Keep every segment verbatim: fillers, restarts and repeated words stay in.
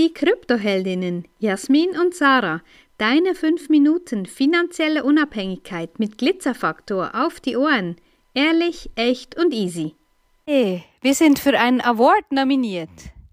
Die Kryptoheldinnen Jasmin und Sarah. Deine fünf Minuten finanzielle Unabhängigkeit mit Glitzerfaktor auf die Ohren. Ehrlich, echt und easy. Hey, wir sind für einen Award nominiert.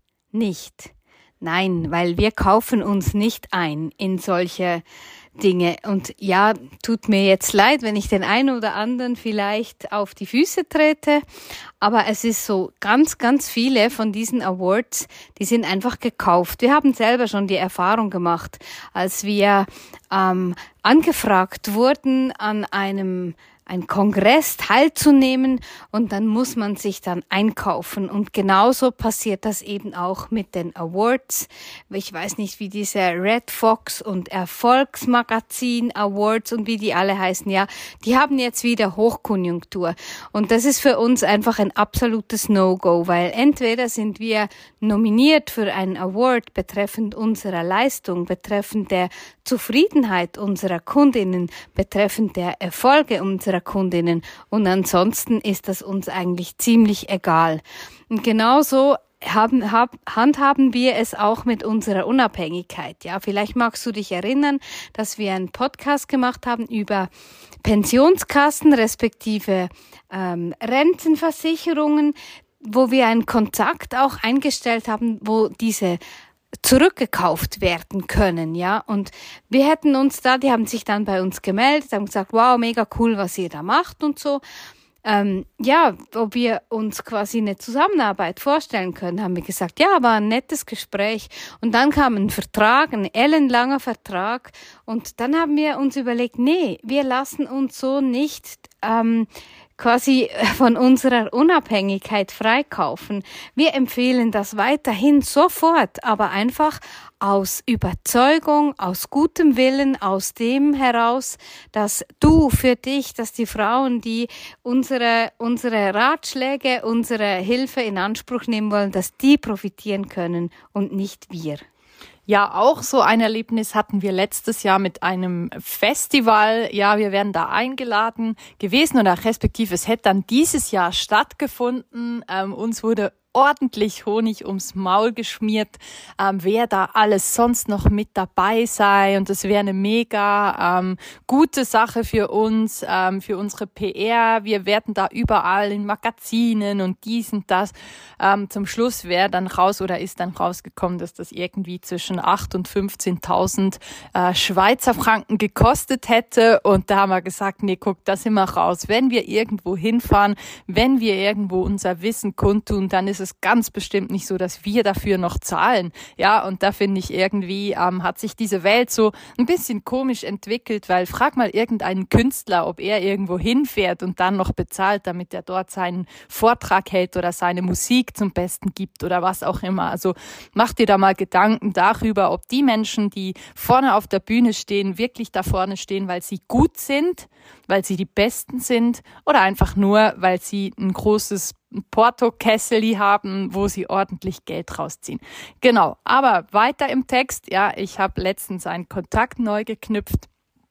Nicht. Nein, weil wir kaufen uns nicht ein in solche Dinge. Und ja, tut mir jetzt leid, wenn ich den einen oder anderen vielleicht auf die Füße trete, aber es ist so, ganz, ganz viele von diesen Awards, die sind einfach gekauft. Wir haben selber schon die Erfahrung gemacht, als wir ähm, angefragt wurden, an einem ein Kongress teilzunehmen und dann muss man sich dann einkaufen und genauso passiert das eben auch mit den Awards. Ich weiß nicht, wie diese Red Fox und Erfolgsmagazin Awards und wie die alle heißen, ja, die haben jetzt wieder Hochkonjunktur und das ist für uns einfach ein absolutes No-Go, weil entweder sind wir nominiert für einen Award betreffend unserer Leistung, betreffend der Zufriedenheit unserer Kundinnen, betreffend der Erfolge unserer Kundinnen und ansonsten ist das uns eigentlich ziemlich egal. Und genauso haben, hab, handhaben wir es auch mit unserer Unabhängigkeit. Ja, vielleicht magst du dich erinnern, dass wir einen Podcast gemacht haben über Pensionskassen respektive ähm, Rentenversicherungen, wo wir einen Kontakt auch eingestellt haben, wo diese zurückgekauft werden können, ja, und wir hätten uns da, die haben sich dann bei uns gemeldet, haben gesagt, wow, mega cool, was ihr da macht und so, ähm, ja, ob wir uns quasi eine Zusammenarbeit vorstellen können, haben wir gesagt, ja, war ein nettes Gespräch und dann kam ein Vertrag, ein ellenlanger Vertrag und dann haben wir uns überlegt, nee, wir lassen uns so nicht ähm, quasi von unserer Unabhängigkeit freikaufen. Wir empfehlen das weiterhin sofort, aber einfach aus Überzeugung, aus gutem Willen, aus dem heraus, dass du für dich, dass die Frauen, die unsere, unsere Ratschläge, unsere Hilfe in Anspruch nehmen wollen, dass die profitieren können und nicht wir. Ja, auch so ein Erlebnis hatten wir letztes Jahr mit einem Festival. Ja, wir wären da eingeladen gewesen oder respektive es hätte dann dieses Jahr stattgefunden. Ähm, uns wurde ordentlich Honig ums Maul geschmiert, ähm, wer da alles sonst noch mit dabei sei und das wäre eine mega ähm, gute Sache für uns, ähm, für unsere P R. Wir werden da überall in Magazinen und dies und das. Ähm, zum Schluss wäre dann raus oder ist dann rausgekommen, dass das irgendwie zwischen acht und fünfzehntausend äh, Schweizer Franken gekostet hätte und da haben wir gesagt, nee, guck, da sind wir raus. Wenn wir irgendwo hinfahren, wenn wir irgendwo unser Wissen kundtun, dann ist es ganz bestimmt nicht so, dass wir dafür noch zahlen. Ja, und da finde ich irgendwie, ähm, hat sich diese Welt so ein bisschen komisch entwickelt, weil frag mal irgendeinen Künstler, ob er irgendwo hinfährt und dann noch bezahlt, damit er dort seinen Vortrag hält oder seine Musik zum Besten gibt oder was auch immer. Also mach dir da mal Gedanken darüber, ob die Menschen, die vorne auf der Bühne stehen, wirklich da vorne stehen, weil sie gut sind, weil sie die Besten sind oder einfach nur, weil sie ein großes Porto-Kesseli haben, wo sie ordentlich Geld rausziehen. Genau, aber weiter im Text. Ja, ich habe letztens einen Kontakt neu geknüpft.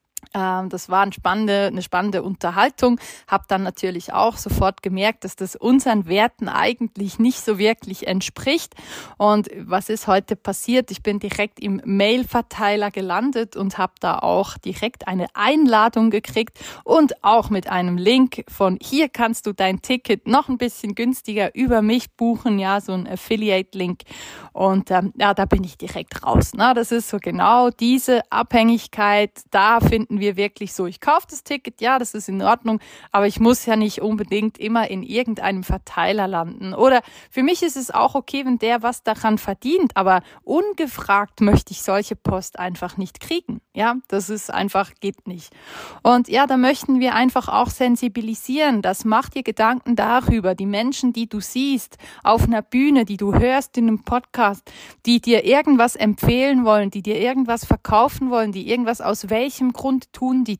Ähm, das war eine spannende, eine spannende Unterhaltung. Habe dann natürlich auch sofort gemerkt, dass das unseren Werten eigentlich nicht so wirklich entspricht. Und was ist heute passiert? Ich bin direkt im Mail-Verteiler gelandet und habe da auch direkt eine Einladung gekriegt und auch mit einem Link von hier kannst du dein Ticket noch ein bisschen günstiger über mich buchen, ja, so ein Affiliate-Link. Und ähm, ja, da bin ich direkt raus. Na, das ist so genau diese Abhängigkeit. Da finden wir wirklich so, ich kaufe das Ticket, ja, das ist in Ordnung, aber ich muss ja nicht unbedingt immer in irgendeinem Verteiler landen. Oder für mich ist es auch okay, wenn der was daran verdient, aber ungefragt möchte ich solche Post einfach nicht kriegen. Ja, das ist einfach, geht nicht. Und ja, da möchten wir einfach auch sensibilisieren. Das macht dir Gedanken darüber, die Menschen, die du siehst auf einer Bühne, die du hörst in einem Podcast, die dir irgendwas empfehlen wollen, die dir irgendwas verkaufen wollen, die irgendwas, aus welchem Grund tun die das?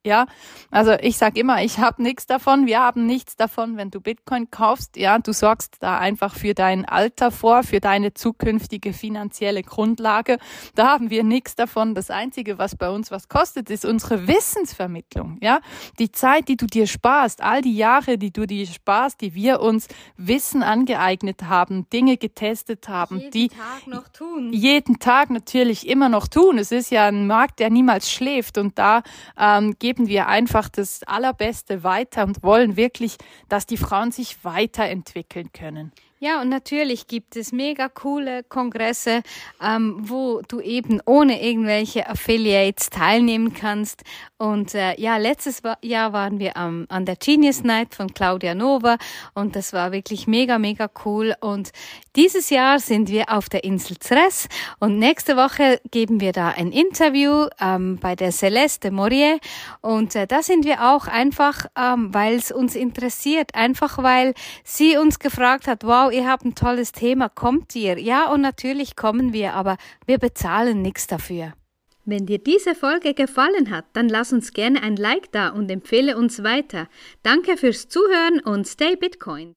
Ja, also ich sage immer, ich habe nichts davon, wir haben nichts davon, wenn du Bitcoin kaufst. Ja, du sorgst da einfach für dein Alter vor, für deine zukünftige finanzielle Grundlage. Da haben wir nichts davon. Das Einzige, was bei uns was kostet, ist unsere Wissensvermittlung. Ja, die Zeit, die du dir sparst, all die Jahre, die du dir sparst, die wir uns Wissen angeeignet haben, Dinge getestet haben, jeden die Tag noch tun. jeden Tag natürlich immer noch tun. Es ist ja ein Markt, der niemals schläft, und da ähm, geben wir einfach das Allerbeste weiter und wollen wirklich, dass die Frauen sich weiterentwickeln können. Ja, und natürlich gibt es mega coole Kongresse, ähm, wo du eben ohne irgendwelche Affiliates teilnehmen kannst. Und äh, ja, letztes Jahr waren wir ähm, an der Genius Night von Claudia Nova und das war wirklich mega, mega cool. Und dieses Jahr sind wir auf der Insel Zres und nächste Woche geben wir da ein Interview ähm, bei der Celeste Morier. Und äh, da sind wir auch einfach, ähm, weil es uns interessiert, einfach weil sie uns gefragt hat, wow, ihr habt ein tolles Thema, kommt ihr? Ja, und natürlich kommen wir, aber wir bezahlen nichts dafür. Wenn dir diese Folge gefallen hat, dann lass uns gerne ein Like da und empfehle uns weiter. Danke fürs Zuhören und stay Bitcoin.